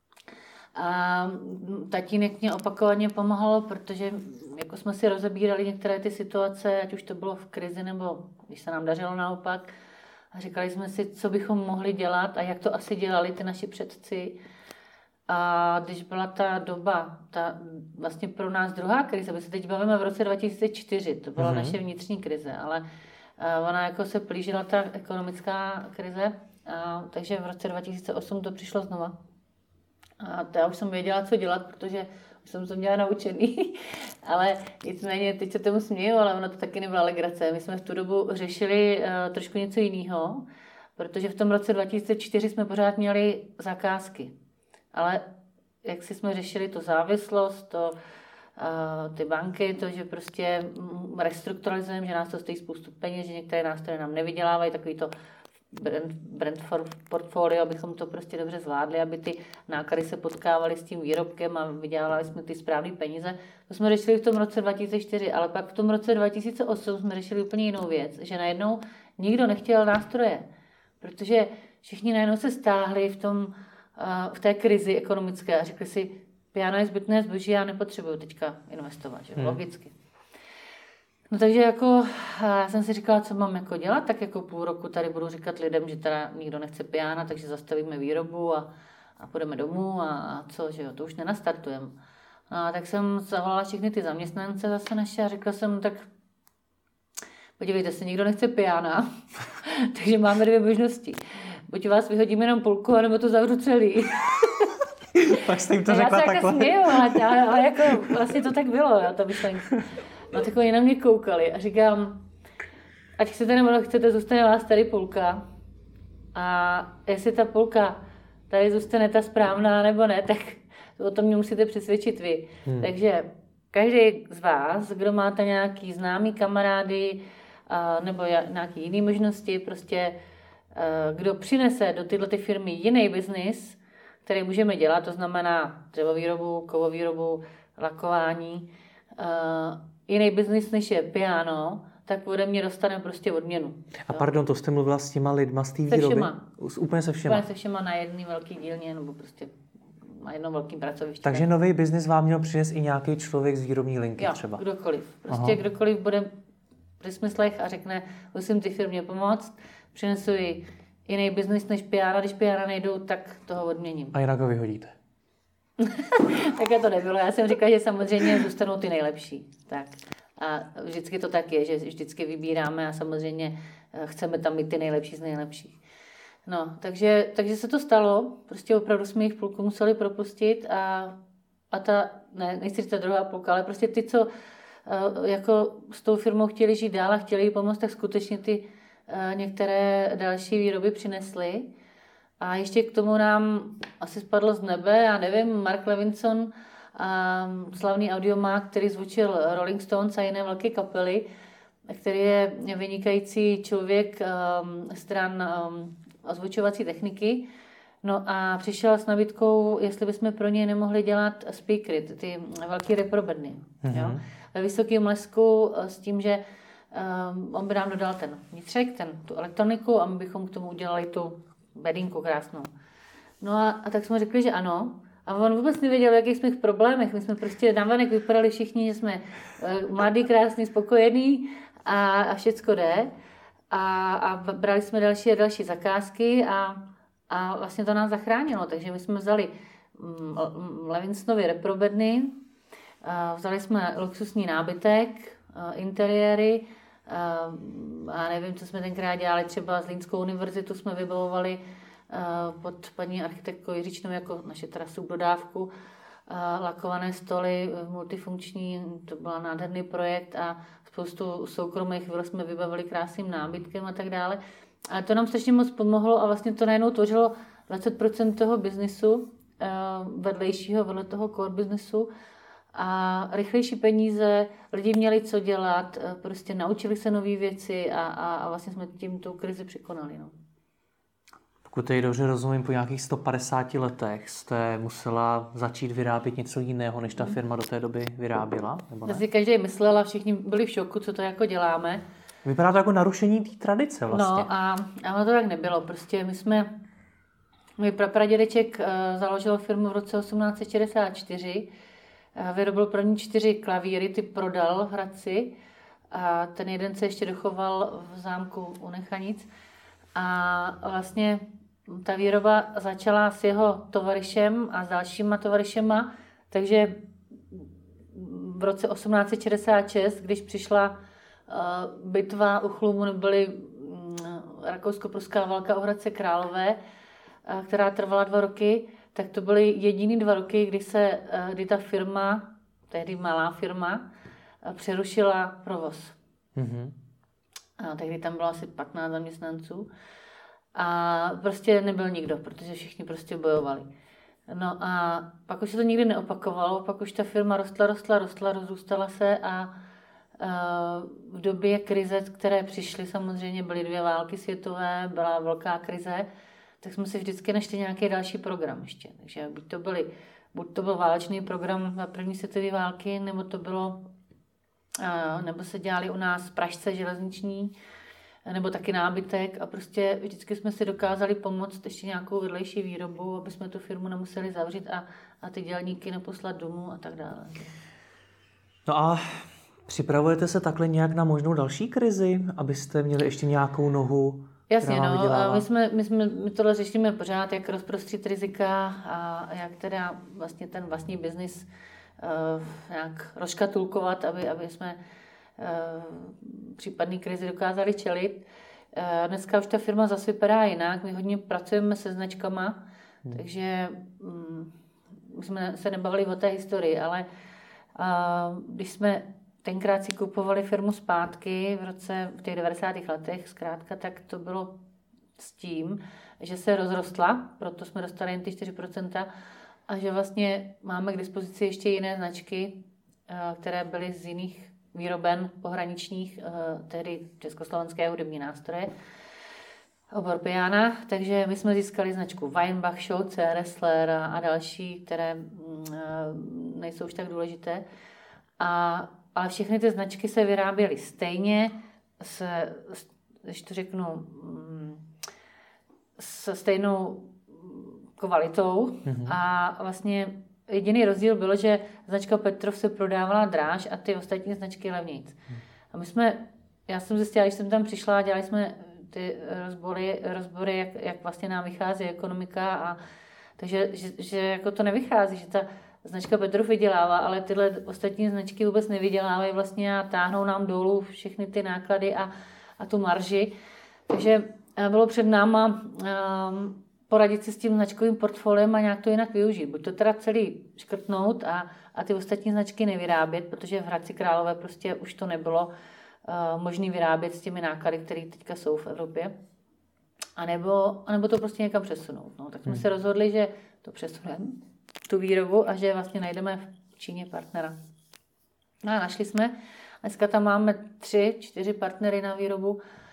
A tatínek mě opakovaně pomáhal, protože jako jsme si rozebírali některé ty situace, ať už to bylo v krizi nebo když se nám dařilo naopak, a říkali jsme si, co bychom mohli dělat a jak to asi dělali ty naši předci. A když byla ta doba, ta vlastně pro nás druhá krize, my se teď bavíme v roce dva tisíce čtyři, to byla mm-hmm. naše vnitřní krize, ale ona jako se plížila ta ekonomická krize, a, takže v roce dva tisíce osm to přišlo znova. A to já už jsem věděla, co dělat, protože už jsem to měla naučený, ale nicméně teď se tomu směju, ale ono to taky nebyla legrace. My jsme v tu dobu řešili uh, trošku něco jiného, protože v tom roce dva tisíce čtyři jsme pořád měli zakázky. Ale jak si jsme řešili tu závislost, to, uh, ty banky, to, že prostě restrukturalizujeme, že nás to stojí spoustu peněz, že některé nástroje nám nevydělávají, takový to brand, brand portfolio, abychom to prostě dobře zvládli, aby ty náklady se potkávaly s tím výrobkem a vydělávali jsme ty správné peníze. To jsme řešili v tom roce dva tisíce čtyři, ale pak v tom roce dva tisíce osm jsme řešili úplně jinou věc, že najednou nikdo nechtěl nástroje, protože všichni najednou se stáhli v, tom, v té krizi ekonomické a řekli si, piano je zbytné zboží, já nepotřebuju teďka investovat, že? Hmm. Logicky. No takže jako, já jsem si říkala, co mám jako dělat, tak jako půl roku tady budu říkat lidem, že teda nikdo nechce piana, takže zastavíme výrobu a, a půjdeme domů a, a co, že jo, to už nenastartujeme. No, a tak jsem zavolala všechny ty zaměstnance zase naše a řekla jsem, tak podívejte se, nikdo nechce piana, takže máme dvě možnosti. Buď vás vyhodím jenom půlku, anebo to zavřu celý. Tak jste jim to řekla já takhle. Já se jako směju, ale, ale, ale jako vlastně to tak bylo, jo, ta myšlenka. No tak oni na mě koukali a říkám, ať chcete nebo nechcete, zůstane vás tady půlka. A jestli ta půlka tady zůstane ta správná nebo ne, tak o tom mě musíte přesvědčit vy. Hmm. Takže každý z vás, kdo máte nějaký známý kamarády a, nebo nějaké jiné možnosti, prostě a, kdo přinese do této firmy jiný biznis, který můžeme dělat, to znamená dřevovýrobu, kovovýrobu, lakování, a, jiný biznis než je piano, tak ode mě dostane prostě odměnu. A pardon, to jste mluvila s těma lidma z té výroby? Se všema. Úplně se všema? Úplně se všema na jedné velké dílně, nebo prostě na jednom velkém pracovišti. Takže nový biznis vám měl přinést i nějaký člověk z výrobní linky jo, třeba? kdokoliv. Prostě Aha. kdokoliv bude při smyslech a řekne, musím ty firmě pomoct, přinesu jí jiný biznis než piana, když piana nejdou, tak toho odměním. A jinak ho vyhodíte? Také to nebylo. Já jsem říkala, že samozřejmě zůstanou ty nejlepší. Tak. A vždycky to tak je, že vždycky vybíráme a samozřejmě chceme tam mít ty nejlepší z nejlepších. No, takže, takže se to stalo. Prostě opravdu jsme jich půlku museli propustit a, a ta, ne, nechci říct ta druhá půlka, ale prostě ty, co jako s tou firmou chtěli žít dál a chtěli jí pomoct, tak skutečně ty některé další výroby přinesly. A ještě k tomu nám asi spadlo z nebe, já nevím, Mark Levinson, a slavný audiomák, který zvučil Rolling Stones a jiné velké kapely, který je vynikající člověk um, stran um, ozvučovací techniky. No a přišel s nabídkou, jestli bychom pro něj nemohli dělat speakery, ty velké reprobedny. Mm-hmm. Jo? Ve vysokém lesku s tím, že um, on by nám dodal ten vnitřek, ten, tu elektroniku a my bychom k tomu udělali tu bedínku krásnou. No a, a tak jsme řekli, že ano. A on vůbec nevěděl, v jakých jsme v problémech. My jsme prostě navenek vypadali všichni, že jsme uh, mladý, krásný, spokojení a, a všecko jde. A, a brali jsme další a další zakázky a, a vlastně to nás zachránilo. Takže my jsme vzali um, Levinsonovy reprobedny, uh, vzali jsme luxusní nábytek, uh, interiéry, uh, a nevím, co jsme tenkrát dělali, třeba Zlínskou univerzitu jsme vybavovali pod paní architektkou Jiřičnou jako naše teda subdodávku, lakované stoly, multifunkční, to byl nádherný projekt a spoustu soukromých vil jsme vybavili krásným nábytkem a tak dále. Ale to nám strašně moc pomohlo a vlastně to najednou tvořilo dvacet procent toho biznisu, vedlejšího, vedle toho core biznisu a rychlejší peníze, lidi měli co dělat, prostě naučili se nové věci a, a, a vlastně jsme tím tu krizi překonali. No. Pokud teď dobře rozumím, po nějakých sto padesáti letech jste musela začít vyrábět něco jiného, než ta firma do té doby vyráběla? Nebo ne? Asi každý myslel a všichni byli v šoku, co to jako děláme. Vypadá to jako narušení té tradice vlastně. No a, a ono to tak nebylo. Prostě my jsme, můj prapradědeček uh, založil firmu v roce osmnáct set šedesát čtyři, uh, vyrobil první čtyři klavíry, ty prodal v Hradci a ten jeden se ještě dochoval v zámku u Nechanic. A vlastně ta výroba začala s jeho tovaryšem a s dalšíma tovaryšema, takže v roce osmnáct set šedesát šest, když přišla bitva u Chlumu, nebyly rakousko-pruská válka o Hradce Králové, která trvala dva roky, tak to byly jediný dva roky, kdy se, kdy ta firma, tehdy malá firma, přerušila provoz. Mm-hmm. A tehdy tam bylo asi patnáct zaměstnanců a prostě nebyl nikdo, protože všichni prostě bojovali. No a pak už se to nikdy neopakovalo, pak už ta firma rostla, rostla, rostla, rozrůstala se a v době krize, které přišly, samozřejmě byly dvě války světové, byla velká krize, tak jsme si vždycky našli nějaký další program ještě. Takže buď to, byly, buď to byl válečný program na první světové války, nebo to bylo nebo se dělali u nás pražce železniční, nebo taky nábytek a prostě vždycky jsme si dokázali pomoct ještě nějakou vedlejší výrobu, aby jsme tu firmu nemuseli zavřít a, a ty dělníky neposlat domů a tak dále. No a Připravujete se takhle nějak na možnou další krizi, abyste měli ještě nějakou nohu? Jasně, no, my, jsme, my, jsme, my tohle řešíme pořád, jak rozprostřít rizika a jak teda vlastně ten vlastní biznis uh, nějak rozškatulkovat, aby, aby jsme uh, případný krizi dokázali čelit. Uh, dneska už ta firma zase vypadá jinak, my hodně pracujeme se značkama, hmm. takže um, my jsme se nebavili o té historii, ale uh, když jsme tenkrát si kupovali firmu zpátky v roce, v těch devadesátých letech, zkrátka, tak to bylo s tím, že se rozrostla, proto jsme dostali jen ty čtyři procenta a že vlastně máme k dispozici ještě jiné značky, které byly z jiných výroben pohraničních, tehdy československé hudební nástroje, obor piana, takže my jsme získali značku Weinbach, Schulze, Ressler a, a další, které nejsou už tak důležité. A ale všechny ty značky se vyráběly stejně, s, když to řeknu, se stejnou kvalitou. Mm-hmm. A vlastně jediný rozdíl bylo, že značka Petrov se prodávala dráž a ty ostatní značky levnějc. Mm. A my jsme, já jsem zjistila, když jsem tam přišla, dělali jsme ty rozbory, rozbory jak, jak vlastně nám vychází ekonomika, a takže že, že jako to nevychází, že ta značka Petrov vydělává, ale tyhle ostatní značky vůbec nevydělávají vlastně a táhnou nám dolů všechny ty náklady a, a tu marži. Takže bylo před náma um, poradit si s tím značkovým portfoliem a nějak to jinak využít. Buď to teda celý škrtnout a, a ty ostatní značky nevyrábět, protože v Hradci Králové prostě už to nebylo uh, možné vyrábět s těmi náklady, které teďka jsou v Evropě. A nebo, a nebo to prostě někam přesunout. No, tak jsme hmm. se rozhodli, že to přesuneme, tu výrobu, a že vlastně najdeme v Číně partnera. No a našli jsme. Dneska tam máme tři, čtyři partnery na výrobu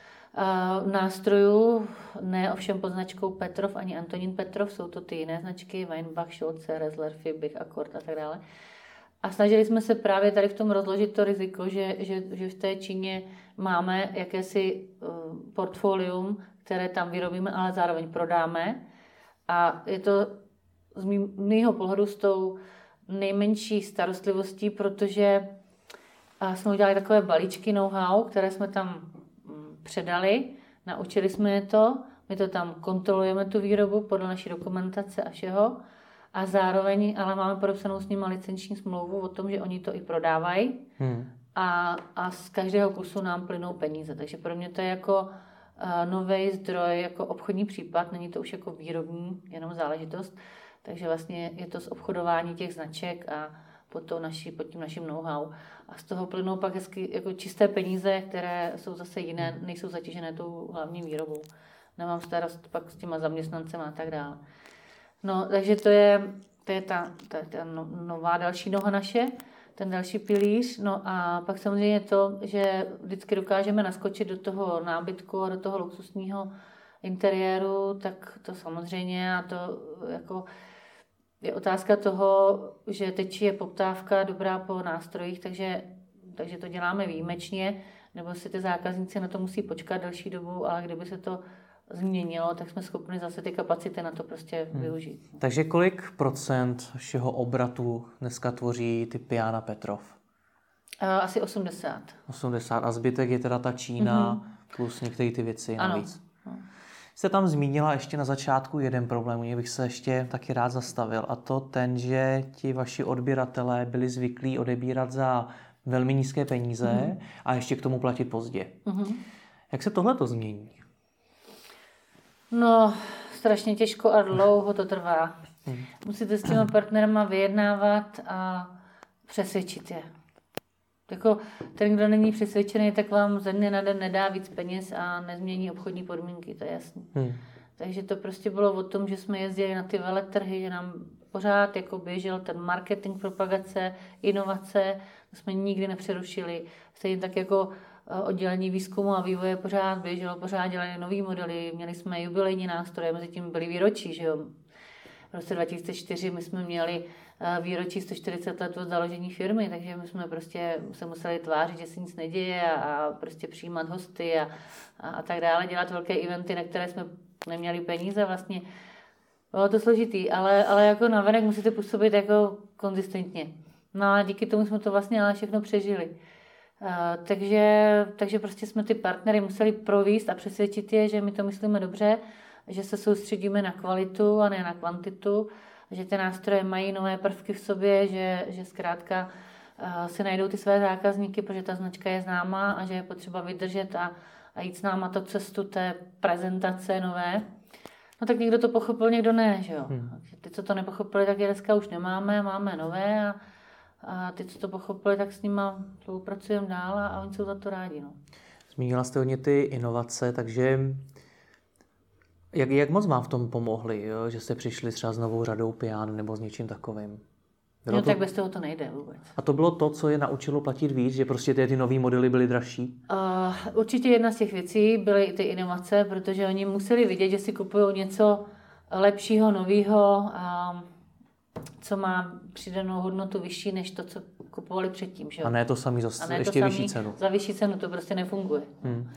uh, nástrojů, ne ovšem pod značkou Petrov ani Antonín Petrov, jsou to ty jiné značky, Weinbach, Schulze, Ressler, Fiebig, Akkord a tak dále. A snažili jsme se právě tady v tom rozložit to riziko, že, že, že v té Číně máme jakési uh, portfolium, které tam vyrobíme, ale zároveň prodáme. A je to z mýho pohledu s tou nejmenší starostlivostí, protože jsme udělali takové balíčky know-how, které jsme tam předali, naučili jsme je to, my to tam kontrolujeme, tu výrobu podle naší dokumentace a všeho, a zároveň ale máme podepsanou s nimi licenční smlouvu o tom, že oni to i prodávají hmm. a, a z každého kusu nám plynou peníze. Takže pro mě to je jako uh, nový zdroj, jako obchodní případ, není to už jako výrobní jenom záležitost. Takže vlastně je to z obchodování těch značek a pod, to naši, pod tím naším know-how. A z toho plynou pak hezky jako čisté peníze, které jsou zase jiné, nejsou zatížené tou hlavní výrobou. Nemám starost pak s těma zaměstnancema a tak dále. No, takže to je, to je ta, ta, ta no, nová další noha naše, ten další pilíř. No a pak samozřejmě to, že vždycky dokážeme naskočit do toho nábytku a do toho luxusního interiéru, tak to samozřejmě, a to jako je otázka toho, že teď je poptávka dobrá po nástrojích, takže, takže to děláme výjimečně, nebo si ty zákazníci na to musí počkat delší dobu, ale kdyby se to změnilo, tak jsme schopni zase ty kapacity na to prostě hmm. využít. Takže kolik procent všeho obratu dneska tvoří ty piana Petrov? Asi osmdesát. osmdesát a zbytek je teda ta Čína mm-hmm. plus některé ty věci navíc. Ano. Jste tam zmínila ještě na začátku jeden problém, mě bych se ještě taky rád zastavil, a to ten, že ti vaši odběratelé byli zvyklí odebírat za velmi nízké peníze mm-hmm. a ještě k tomu platit pozdě. Mm-hmm. Jak se tohle to změní? No, strašně těžko a dlouho to trvá. Mm. Musíte s těma partnerama vyjednávat a přesvědčit je. Jako ten, kdo není přesvědčený, tak vám ze dne na den nedá víc peněz a nezmění obchodní podmínky, to je jasný. Hmm. Takže to prostě bylo o tom, že jsme jezdili na ty veletrhy, že nám pořád jako běžel ten marketing, propagace, inovace, to jsme nikdy nepřerušili. Stejně tak jako oddělení výzkumu a vývoje pořád běželo, pořád dělali nový modely, měli jsme jubilejní nástroje, mezi tím byly výročí, že jo. V roce dva tisíce čtyři my jsme měli výročí sto čtyřicet let od založení firmy, takže my jsme prostě se museli tvářit, že se nic neděje a, a prostě přijímat hosty a, a, a tak dále, dělat velké eventy, na které jsme neměli peníze vlastně. Bylo to složitý, ale, ale jako navenek musíte působit jako konzistentně. No a díky tomu jsme to vlastně ale všechno přežili. Takže, takže prostě jsme ty partnery museli provést a přesvědčit je, že my to myslíme dobře, že se soustředíme na kvalitu a ne na kvantitu, že ty nástroje mají nové prvky v sobě, že, že zkrátka si najdou ty své zákazníky, protože ta značka je známá a že je potřeba vydržet a, a jít s náma to cestu té prezentace nové. No tak někdo to pochopil, někdo ne, že jo. Hmm. Ty, co to nepochopili, tak je dneska už nemáme, máme nové a, a ty, co to pochopili, tak s nima spolupracujeme dál a, a oni jsou za to rádi, no. Zmínila jste hodně ty inovace, takže jak, jak moc vám v tom pomohli, jo? Že jste přišli třeba s novou řadou pian nebo s něčím takovým? Bylo no to... tak bez toho to nejde vůbec. A to bylo to, co je naučilo platit víc, že prostě ty, ty nový modely byly dražší? Uh, určitě jedna z těch věcí byly i ty inovace, protože oni museli vidět, že si kupují něco lepšího, nového, um, co má přidanou hodnotu vyšší než to, co kupovali předtím. Že? A ne to samý za ne ještě to vyšší samý, cenu. Za vyšší cenu to prostě nefunguje. Hmm.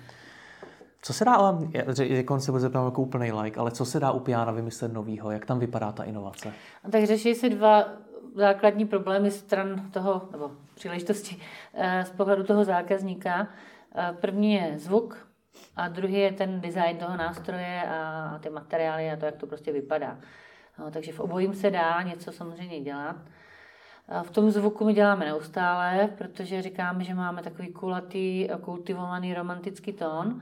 Co se dá, ale řekl se bude zeptat jako úplnej like, ale co se dá u piana vymyslet novýho? Jak tam vypadá ta inovace? A tak řeší se dva základní problémy stran toho, nebo příležitosti z pohledu toho zákazníka. První je zvuk a druhý je ten design toho nástroje a ty materiály a to, jak to prostě vypadá. No, takže v obojím se dá něco samozřejmě dělat. V tom zvuku my děláme neustále, protože říkáme, že máme takový kulatý, kultivovaný romantický tón,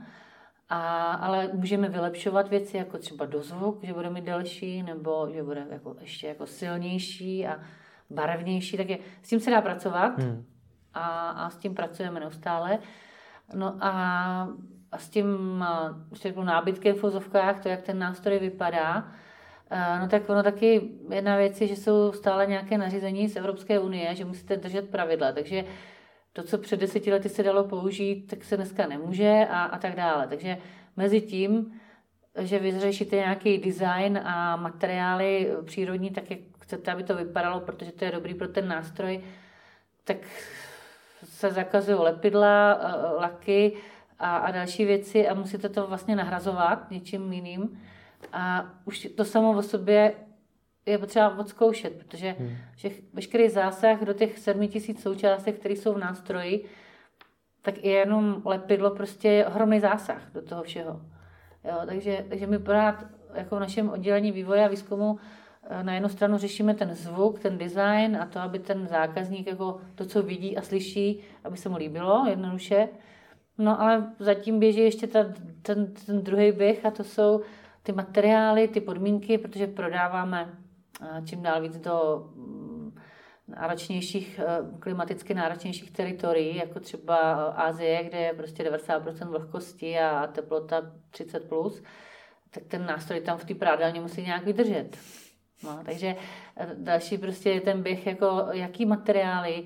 a, ale můžeme vylepšovat věci, jako třeba dozvuk, že bude mít delší, nebo že bude jako, ještě jako silnější a barevnější, tak je, s tím se dá pracovat hmm. a, a s tím pracujeme neustále. No a, a s tím řeknu, nábytkem v ozovkách, to, jak ten nástroj vypadá, no tak ono taky jedna věc je, že jsou stále nějaké nařízení z Evropské unie, že musíte držet pravidla, takže to, co před deseti lety se dalo použít, tak se dneska nemůže a, a tak dále. Takže mezi tím, že vy řešíte nějaký design a materiály přírodní, tak jak chcete, aby to vypadalo, protože to je dobrý pro ten nástroj, tak se zakazují lepidla, laky a, a další věci a musíte to vlastně nahrazovat něčím jiným. A už to samo o sobě je potřeba odzkoušet, protože hmm. že veškerý zásah do těch sedmi tisíc součástek, které jsou v nástroji, tak je jenom lepidlo prostě je ohromný zásah do toho všeho. Jo, takže, takže my pořád jako v našem oddělení vývoje a výzkumu na jednu stranu řešíme ten zvuk, ten design a to, aby ten zákazník jako to, co vidí a slyší, aby se mu líbilo jednoduše. No ale zatím běží ještě ta, ten, ten druhý běh a to jsou ty materiály, ty podmínky, protože prodáváme čím dál víc do náročnějších, klimaticky náročnějších teritorií, jako třeba Asie, kde je prostě devadesát procent vlhkosti a teplota třicet plus, tak ten nástroj tam v té prádelně musí nějak vydržet. No, takže další prostě je ten běh, jako jaký materiály,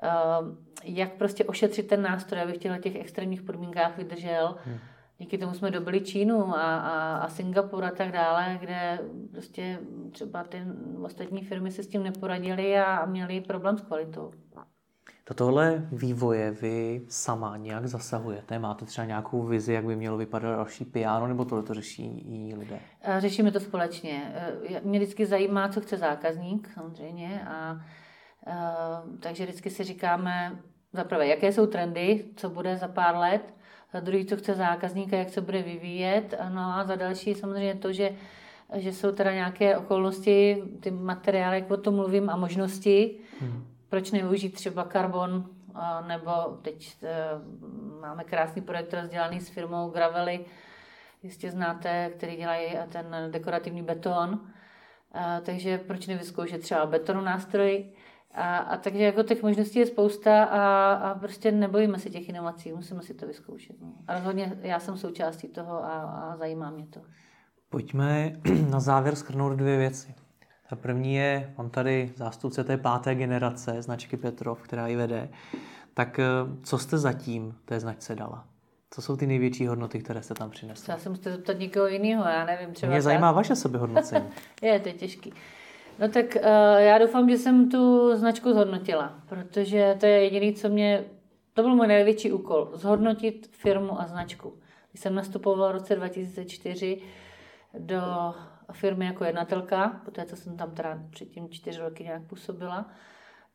jak prostě ošetřit ten nástroj, aby v těchto těch extrémních podmínkách vydržel. Hmm. Díky tomu jsme dobili Čínu a, a, a Singapur a tak dále, kde prostě třeba ty ostatní firmy si s tím neporadily a měli problém s kvalitou. Do tohle vývoje vy sama nějak zasahujete? Máte třeba nějakou vizi, jak by mělo vypadat další piano, nebo tohle to řeší i lidé? Řešíme to společně. Mě vždycky zajímá, co chce zákazník, samozřejmě. A, a, takže vždycky si říkáme, za prvé, jaké jsou trendy, co bude za pár let, za druhý, co chce zákazník a jak se bude vyvíjet. No a za další samozřejmě to, že, že jsou teda nějaké okolnosti, ty materiály, jak o tom mluvím, a možnosti. Hmm. Proč nevyužít třeba karbon, nebo teď máme krásný projekt rozdělaný s firmou Gravely, jistě znáte, který dělají ten dekorativní beton. Takže proč nevyzkoušet třeba betonu nástroj. A, a takže jako těch možností je spousta a, a prostě nebojíme se těch inovací, musíme si to vyzkoušet. No. A rozhodně já jsem součástí toho a, a zajímá mě to. Pojďme na závěr shrnout dvě věci. Ta první je, mám tady zástupce té páté generace značky Petrov, která ji vede. Tak co jste zatím té značce dala? Co jsou ty největší hodnoty, které jste tam přinesli? Já se musíte zeptat někoho jiného, já nevím. Třeba Mě zajímá vaše sebehodnocení. je, to je těžký. No tak uh, já doufám, že jsem tu značku zhodnotila, protože to je jediné, co mě, to byl můj největší úkol, zhodnotit firmu a značku. Když jsem nastupovala v roce dva tisíce čtyři do firmy jako jednatelka, poté co jsem tam teda předtím čtyři roky nějak působila,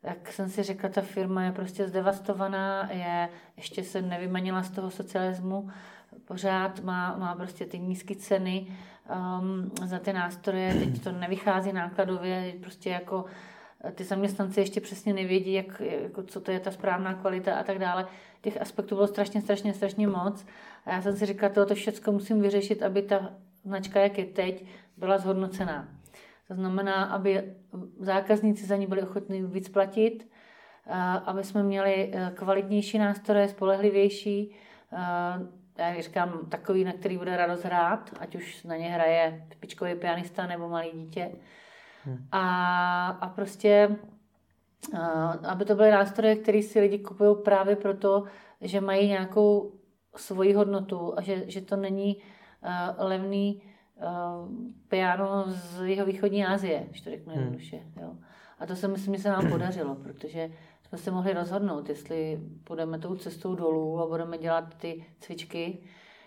jak jsem si řekla, ta firma je prostě zdevastovaná, je, ještě se nevymanila z toho socialismu, pořád má, má prostě ty nízké ceny um, za ty nástroje, teď to nevychází nákladově, prostě jako ty zaměstnanci ještě přesně nevědí, jak, jako, co to je ta správná kvalita a tak dále. Těch aspektů bylo strašně, strašně, strašně moc. A já jsem si říkala, toto všechno musím vyřešit, aby ta značka, jak je teď, byla zhodnocená. To znamená, aby zákazníci za ní byli ochotní víc platit, aby jsme měli kvalitnější nástroje, spolehlivější, já říkám, takový, na který bude radost hrát, ať už na ně hraje špičkový pianista nebo malý dítě. Hmm. A, a prostě, aby to byly nástroje, které si lidi kupují právě proto, že mají nějakou svoji hodnotu a že, že to není uh, levný uh, piano z jihovýchodní Asie, když to řeknu hmm. jednoduše. Jo. A to se myslím, že se nám podařilo, protože jsme se mohli rozhodnout, jestli půjdeme tou cestou dolů a budeme dělat ty cvičky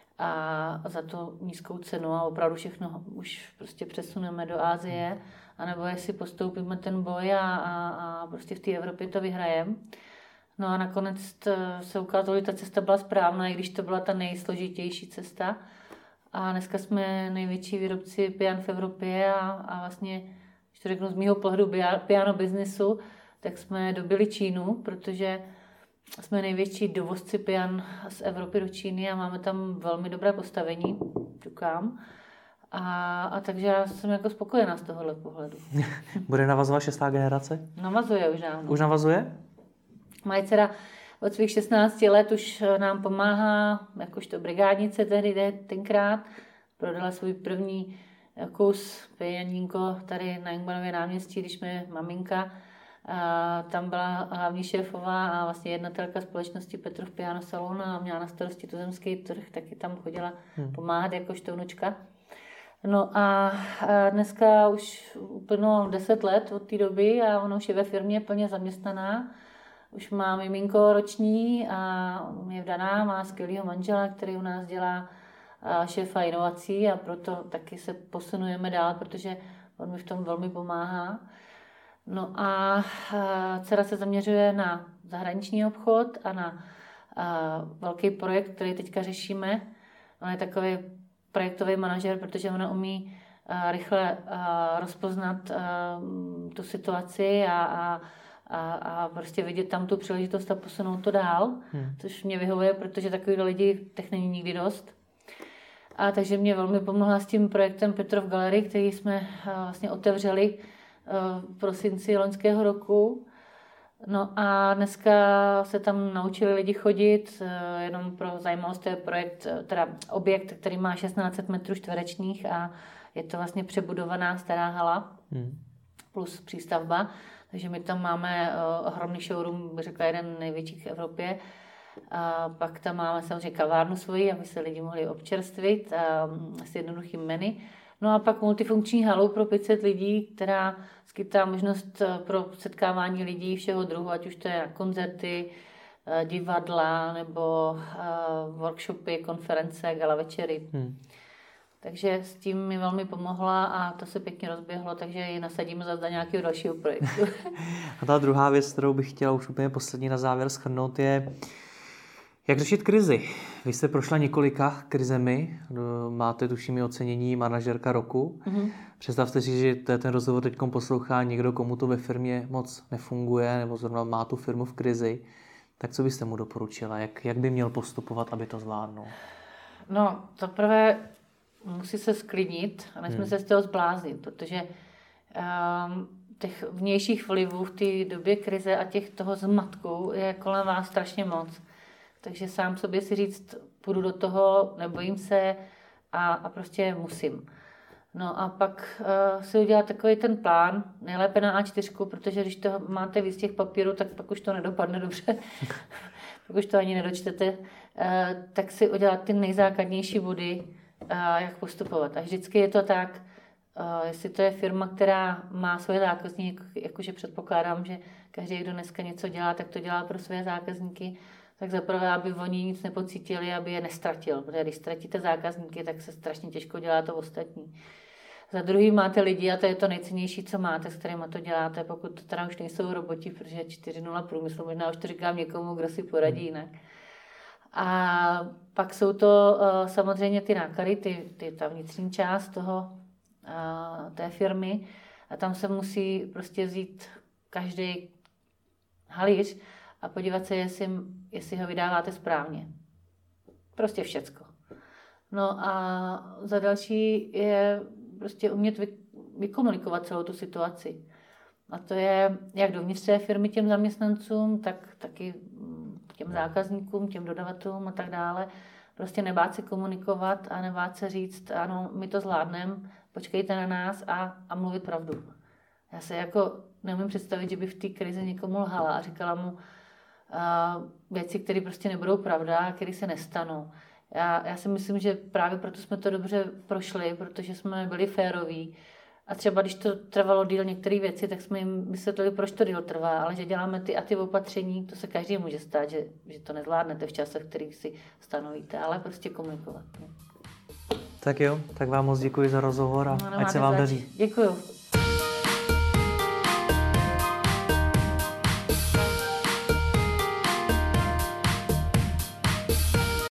a za to nízkou cenu a opravdu všechno už prostě přesuneme do Asie, anebo jestli postoupíme ten boj a, a, a prostě v té Evropě to vyhrajeme. No a nakonec to, se ukázalo, že ta cesta byla správná, i když to byla ta nejsložitější cesta. A dneska jsme největší výrobci pian v Evropě a, a vlastně, když to řeknu z mýho pohledu piano biznesu, tak jsme dobili Čínu, protože jsme největší dovozci pian z Evropy do Číny a máme tam velmi dobré postavení, ťukám. A, a takže já jsem jako spokojená z tohohle pohledu. Bude navazovat šestá generace? Navazuje už dávno. Už navazuje? Moje dcera od svých šestnácti let už nám pomáhá, jakožto brigádnice tehdy tenkrát. Prodala svůj první kus pianínko tady na Jungmannově náměstí, když mě maminka a tam byla hlavní šéfová a vlastně jednatelka společnosti Petrov Piano Salon a měla na starosti tuzemský trh, taky tam chodila hmm. pomáhat jakožto vnučka. No a dneska už uplynulo deset let od té doby a ona už je ve firmě plně zaměstnaná. Už má miminko roční a je vdaná, má skvělýho manžela, který u nás dělá šéfa inovací a proto taky se posunujeme dál, protože on mi v tom velmi pomáhá. No a dcera se zaměřuje na zahraniční obchod a na velký projekt, který teďka řešíme. On je takový projektový manažer, protože ona umí rychle rozpoznat tu situaci a, a, a, a prostě vidět tam tu příležitost a posunout to dál, hmm. což mě vyhovuje, protože takových lidí těch není nikdy dost. A takže mě velmi pomohla s tím projektem Petrov Gallery, který jsme vlastně otevřeli v prosinci loňského roku. No a dneska se tam naučili lidi chodit, jenom pro zajímavost, to je projekt, teda objekt, který má šestnáct set metrů čtverečních a je to vlastně přebudovaná stará hala hmm. plus přístavba. Takže my tam máme ohromný showroom, bych řekla jeden největších v Evropě. A pak tam máme samozřejmě kavárnu svoji, aby se lidi mohli občerstvit a s jednoduchým menu. No a pak multifunkční halu pro pět set lidí, která skýtá možnost pro setkávání lidí všeho druhu, ať už to je na koncerty, divadla nebo workshopy, konference, gala večery. Hmm. Takže s tím mi velmi pomohla a to se pěkně rozběhlo, takže ji nasadíme zase do nějakého dalšího projektu. A ta druhá věc, kterou bych chtěla už úplně poslední na závěr shrnout, je jak řešit krizi. Vy jste prošla několika krizemi, máte tuším i ocenění manažerka roku. Mm-hmm. Představte si, že ten rozhovor teď poslouchá někdo, komu to ve firmě moc nefunguje, nebo zrovna má tu firmu v krizi. Tak co byste mu doporučila? Jak, jak by měl postupovat, aby to zvládnul? No, za prvé musí se sklidnit a nesmí hmm. se z toho zbláznit, protože um, těch vnějších vlivů v té době krize a těch toho zmatku je kolem vás strašně moc. Takže sám sobě si říct, půjdu do toho, nebojím se a, a prostě musím. No a pak uh, si udělat takový ten plán, nejlépe na á čtyři, protože když to máte víc těch papírů, tak pak už to nedopadne dobře, pak už to ani nedočtete, uh, tak si udělat ty nejzákladnější body, uh, jak postupovat. A vždycky je to tak, uh, jestli to je firma, která má svoje zákazníky, jakože předpokládám, že každý, kdo dneska něco dělá, tak to dělá pro své zákazníky, tak zaprvé, aby oni nic nepocítili, aby je nestratil. Protože když ztratíte zákazníky, tak se strašně těžko dělá to ostatní. Za druhý máte lidi a to je to nejcennější, co máte, s kterými to děláte, pokud teda už nejsou roboti, protože čtyři nula průmysl, možná už to říkám někomu, kdo si poradí jinak. A pak jsou to uh, samozřejmě ty náklady, ty, ty, ta vnitřní část toho, uh, té firmy a tam se musí prostě vzít každý halíř a podívat se, jestli, jestli ho vydáváte správně. Prostě všecko. No a za další je prostě umět vy, vykomunikovat celou tu situaci. A to je jak dovnitř té firmy těm zaměstnancům, tak taky těm zákazníkům, těm dodavatelům a tak dále. Prostě nebát se komunikovat a nebát se říct, ano, my to zvládneme, počkejte na nás a, a mluvit pravdu. Já se jako neumím představit, že by v té krizi někomu lhala a říkala mu uh, věci, které prostě nebudou pravda a které se nestanou. Já, já si myslím, že právě proto jsme to dobře prošli, protože jsme byli féroví. A třeba když to trvalo díl některé věci, tak jsme jim vysvětlili, proč to díl trvá, ale že děláme ty a ty opatření, to se každý může stát, že, že to nezvládnete v čase, v kterých si stanovíte, ale prostě komunikovat. Tak jo, tak vám moc děkuji za rozhovor a no, ať se vám zač. daří. Děkuju.